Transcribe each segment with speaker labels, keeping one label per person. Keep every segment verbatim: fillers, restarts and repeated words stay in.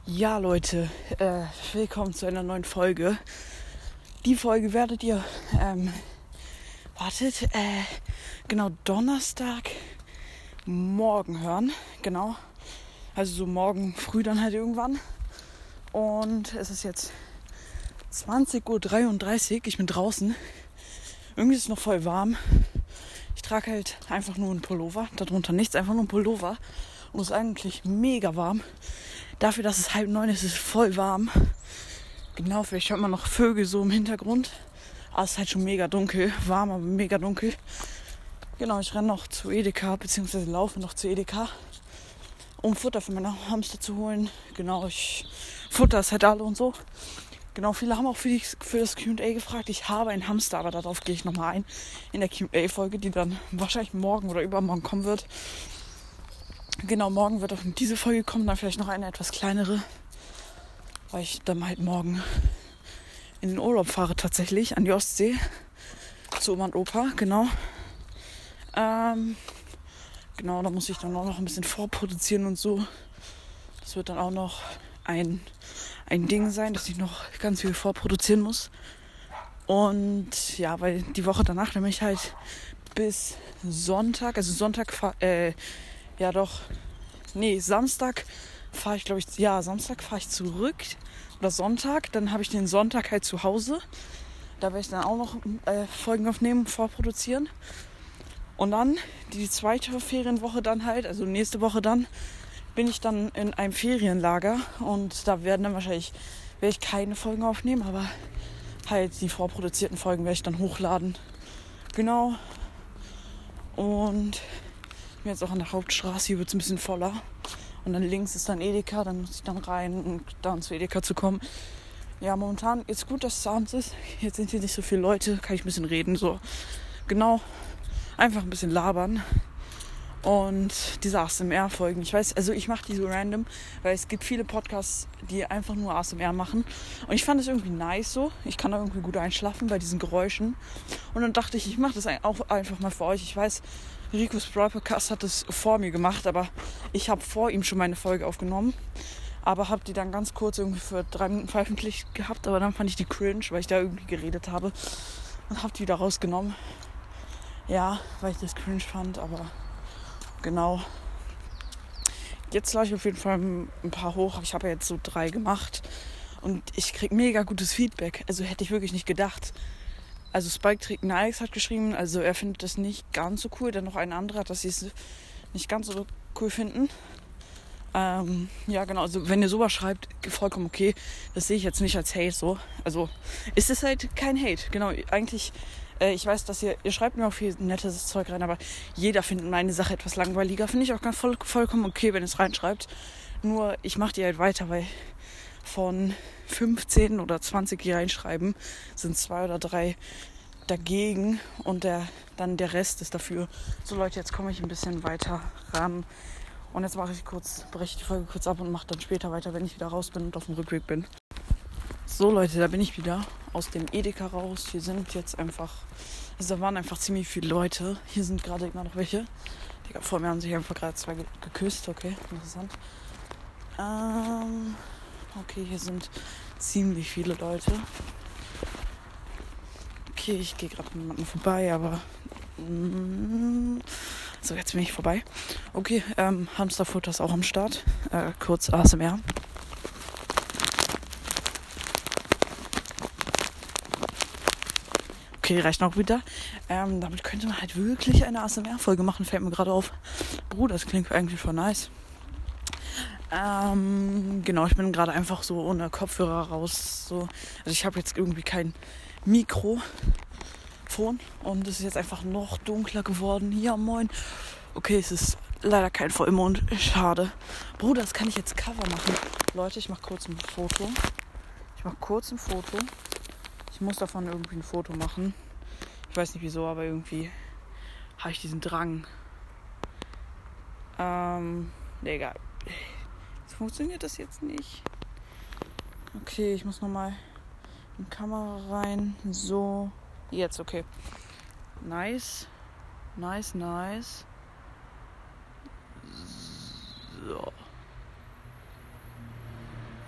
Speaker 1: Ja, Leute, äh, willkommen zu einer neuen Folge. Die Folge werdet ihr, ähm, wartet, äh, genau Donnerstag morgen hören, genau. Also so morgen früh dann halt irgendwann. Und es ist jetzt zwanzig Uhr dreiunddreißig, ich bin draußen. Irgendwie ist es noch voll warm. Ich trage halt einfach nur einen Pullover, darunter nichts, einfach nur einen Pullover. Und es ist eigentlich mega warm. Dafür, dass es halb neun ist, ist es voll warm. Genau, vielleicht hört man noch Vögel so im Hintergrund. Aber es ist halt schon mega dunkel. Warm, aber mega dunkel. Genau, ich renne noch zu Edeka, beziehungsweise laufe noch zu Edeka, um Futter für meine Hamster zu holen. Genau, ich Futter ist halt alle und so. Genau, viele haben auch für, die, für das Q und A gefragt. Ich habe einen Hamster, aber darauf gehe ich nochmal ein in der Q und A-Folge, die dann wahrscheinlich morgen oder übermorgen kommen wird. Genau, morgen wird auch diese Folge kommen, dann vielleicht noch eine etwas kleinere, weil ich dann halt morgen in den Urlaub fahre tatsächlich, an die Ostsee, zu Oma und Opa, genau. Ähm, genau, da muss ich dann auch noch ein bisschen vorproduzieren und so. Das wird dann auch noch ein, ein Ding sein, dass ich noch ganz viel vorproduzieren muss. Und ja, weil die Woche danach, nämlich halt bis Sonntag, also Sonntag, äh, ja doch, nee, Samstag fahre ich, glaube ich, ja, Samstag fahre ich zurück oder Sonntag, dann habe ich den Sonntag halt zu Hause. Da werde ich dann auch noch äh, Folgen aufnehmen, vorproduzieren. Und dann die zweite Ferienwoche dann halt, also nächste Woche dann, bin ich dann in einem Ferienlager und da werden dann wahrscheinlich, werde ich keine Folgen aufnehmen, aber halt die vorproduzierten Folgen werde ich dann hochladen. Genau. Und ich bin jetzt auch an der Hauptstraße, hier wird es ein bisschen voller. Und dann links ist dann Edeka, dann muss ich dann rein, um dann zu Edeka zu kommen. Ja, momentan ist gut, dass es abends ist. Jetzt sind hier nicht so viele Leute, kann ich ein bisschen reden, so. Genau, einfach ein bisschen labern. Und diese A S M R-Folgen, ich weiß, also ich mache die so random, weil es gibt viele Podcasts, die einfach nur A S M R machen. Und ich fand es irgendwie nice so. Ich kann da irgendwie gut einschlafen bei diesen Geräuschen. Und dann dachte ich, ich mache das auch einfach mal für euch. Ich weiß, Ricos Brawl Podcast hat das vor mir gemacht, aber ich habe vor ihm schon meine Folge aufgenommen. Aber habe die dann ganz kurz irgendwie für drei Minuten veröffentlicht gehabt. Aber dann fand ich die cringe, weil ich da irgendwie geredet habe. Und habe die wieder rausgenommen. Ja, weil ich das cringe fand, aber genau. Jetzt lade ich auf jeden Fall ein paar hoch. Ich habe ja jetzt so drei gemacht. Und ich kriege mega gutes Feedback. Also hätte ich wirklich nicht gedacht. Also Spike trägt, Alex hat geschrieben, also er findet das nicht ganz so cool. Dann noch ein anderer hat, dass sie es nicht ganz so cool finden. Ähm, ja, genau, also wenn ihr sowas schreibt, vollkommen okay. Das sehe ich jetzt nicht als Hate so. Also ist es halt kein Hate. Genau, eigentlich, äh, ich weiß, dass ihr, ihr schreibt mir auch viel nettes Zeug rein, aber jeder findet meine Sache etwas langweiliger. Finde ich auch ganz voll, vollkommen okay, wenn ihr es reinschreibt. Nur ich mache die halt weiter, weil von fünfzehn oder zwanzig, die reinschreiben, sind zwei oder drei dagegen und der, dann der Rest ist dafür. So Leute, jetzt komme ich ein bisschen weiter ran. Und jetzt mache ich kurz, breche die Folge kurz ab und mache dann später weiter, wenn ich wieder raus bin und auf dem Rückweg bin. So Leute, da bin ich wieder aus dem Edeka raus. Hier sind jetzt einfach, also da waren einfach ziemlich viele Leute. Hier sind gerade immer noch welche. Digga, vor mir haben sich einfach gerade zwei geküsst. Okay, interessant. Ähm, okay, hier sind ziemlich viele Leute. Okay, ich gehe gerade an jemanden vorbei, aber mm, so, jetzt bin ich vorbei. Okay, ähm, Hamsterfutter ist auch am Start. Äh, kurz A S M R. Okay, reicht noch wieder. Ähm, damit könnte man halt wirklich eine A S M R-Folge machen, fällt mir gerade auf. Bruder, das klingt eigentlich voll nice. Ähm, genau, ich bin gerade einfach so ohne Kopfhörer raus. So. Also ich habe jetzt irgendwie kein Mikrofon und es ist jetzt einfach noch dunkler geworden. Ja, moin. Okay, es ist leider kein Vollmond. Schade. Bruder, das kann ich jetzt Cover machen. Leute, ich mache kurz ein Foto. Ich mache kurz ein Foto. Ich muss davon irgendwie ein Foto machen. Ich weiß nicht wieso, aber irgendwie habe ich diesen Drang. Ähm, nee, egal. So funktioniert das jetzt nicht. Okay, ich muss nochmal in die Kamera rein. So, jetzt, okay. Nice. Nice, nice. So.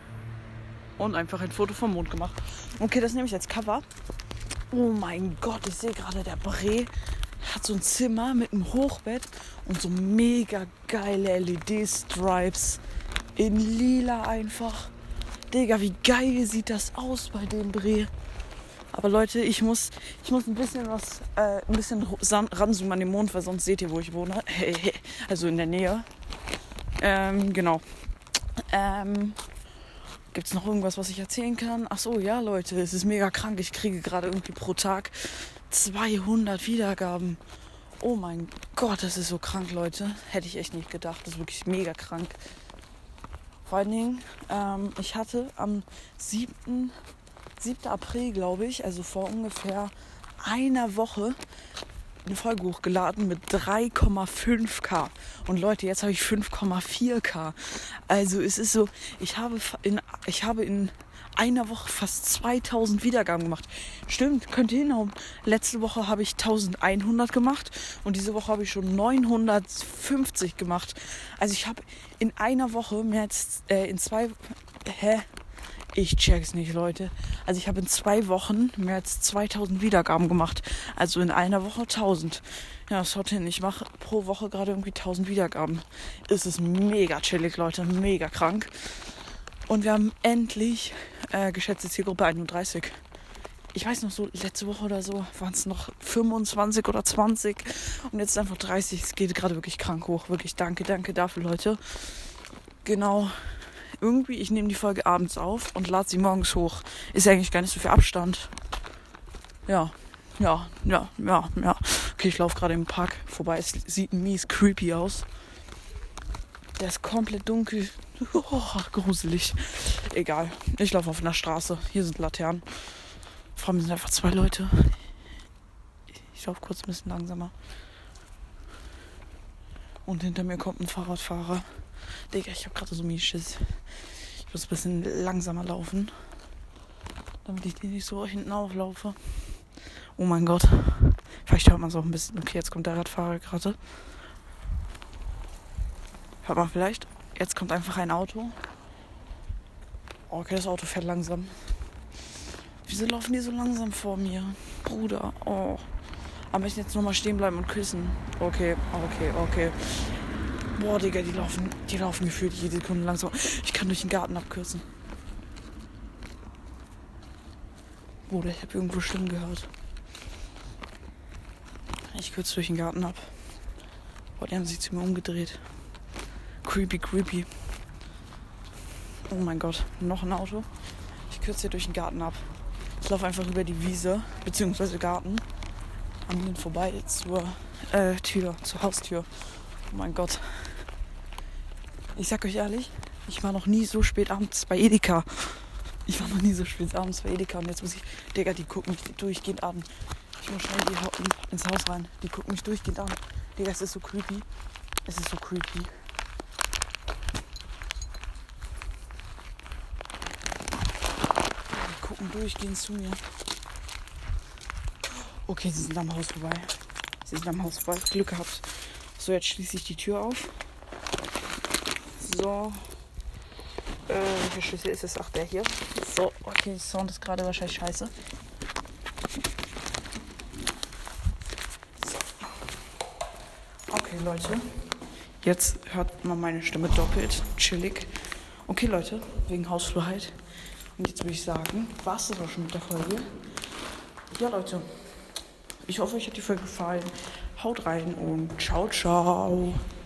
Speaker 1: und einfach ein Foto vom Mond gemacht. Okay, das nehme ich als Cover. Oh mein Gott, ich sehe gerade, der Bre hat so ein Zimmer mit einem Hochbett und so mega geile L E D-Stripes in lila einfach. Digga, wie geil sieht das aus bei dem Bre. Aber Leute, ich muss, ich muss ein bisschen was, äh, ein bisschen ranzoomen an den Mond, weil sonst seht ihr, wo ich wohne. Also in der Nähe. Ähm, genau. Ähm, Gibt es noch irgendwas, was ich erzählen kann? Ach so, ja, Leute, es ist mega krank. Ich kriege gerade irgendwie pro Tag zweihundert Wiedergaben. Oh mein Gott, das ist so krank, Leute. Hätte ich echt nicht gedacht. Das ist wirklich mega krank. Vor allen Dingen, ähm, ich hatte am siebten April, glaube ich, also vor ungefähr einer Woche, eine Folge hochgeladen mit drei Komma fünf K. Und Leute, jetzt habe ich fünf Komma vier K. Also es ist so, ich habe in, ich habe in einer Woche fast zweitausend Wiedergaben gemacht. Stimmt, könnt ihr hinhauen. Letzte Woche habe ich elfhundert gemacht und diese Woche habe ich schon neunhundertfünfzig gemacht. Also ich habe in einer Woche mehr als, äh, in zwei, hä? Ich check's nicht, Leute. Also ich habe in zwei Wochen mehr als zweitausend Wiedergaben gemacht. Also in einer Woche tausend. Ja, das haut hin. Ich mache pro Woche gerade irgendwie tausend Wiedergaben. Es ist mega chillig, Leute. Mega krank. Und wir haben endlich äh, geschätzte Zielgruppe einunddreißig. Ich weiß noch so, letzte Woche oder so waren es noch fünfundzwanzig oder zwanzig. Und jetzt einfach dreißig. Es geht gerade wirklich krank hoch. Wirklich danke, danke dafür, Leute. Genau. Irgendwie, ich nehme die Folge abends auf und lade sie morgens hoch. Ist ja eigentlich gar nicht so viel Abstand. Ja, ja, ja, ja, ja. Okay, ich laufe gerade im Park vorbei. Es sieht mies creepy aus. Der ist komplett dunkel. Oh, gruselig. Egal, ich laufe auf einer Straße. Hier sind Laternen. Vor allem sind einfach zwei Leute. Ich laufe kurz ein bisschen langsamer. Und hinter mir kommt ein Fahrradfahrer. Digga, ich habe gerade so mies Schiss. Ich muss ein bisschen langsamer laufen, damit ich die nicht so hinten auflaufe. Oh mein Gott. Vielleicht hört man es auch ein bisschen. Okay, jetzt kommt der Radfahrer gerade. Hört man vielleicht? Jetzt kommt einfach ein Auto. Okay, das Auto fährt langsam. Wieso laufen die so langsam vor mir? Bruder, oh. Aber ich jetzt nochmal stehen bleiben und küssen. Okay, okay, okay. Boah, Digga, die laufen, die laufen gefühlt jede Sekunde langsam. Ich kann durch den Garten abkürzen. Bruder, ich habe irgendwo Stimmen gehört. Ich kürze durch den Garten ab. Boah, die haben sich zu mir umgedreht. Creepy, creepy. Oh mein Gott, noch ein Auto. Ich kürze hier durch den Garten ab. Ich laufe einfach über die Wiese, beziehungsweise Garten, an ihnen vorbei zur äh, Tür, zur Haustür. Oh mein Gott. Ich sag euch ehrlich, ich war noch nie so spät abends bei Edeka. Ich war noch nie so spät abends bei Edeka und jetzt muss ich... Digga, die gucken mich durchgehend an. Ich muss schnell die ha- ins Haus rein. Die gucken mich durchgehend an. Digga, es ist so creepy. Es ist so creepy. Die gucken durchgehend zu mir. Okay, sie sind am Haus vorbei. Sie sind am Haus vorbei. Glück gehabt. So, jetzt schließe ich die Tür auf. So. Äh, welcher Schlüssel ist es? Ach, der hier. So, okay, Sound ist gerade wahrscheinlich scheiße. So. Okay, Leute. Jetzt hört man meine Stimme doppelt. Chillig. Okay, Leute, wegen Hausfreiheit. Und jetzt würde ich sagen, war es das auch schon mit der Folge. Ja, Leute. Ich hoffe, euch hat die Folge gefallen. Haut rein und ciao, ciao.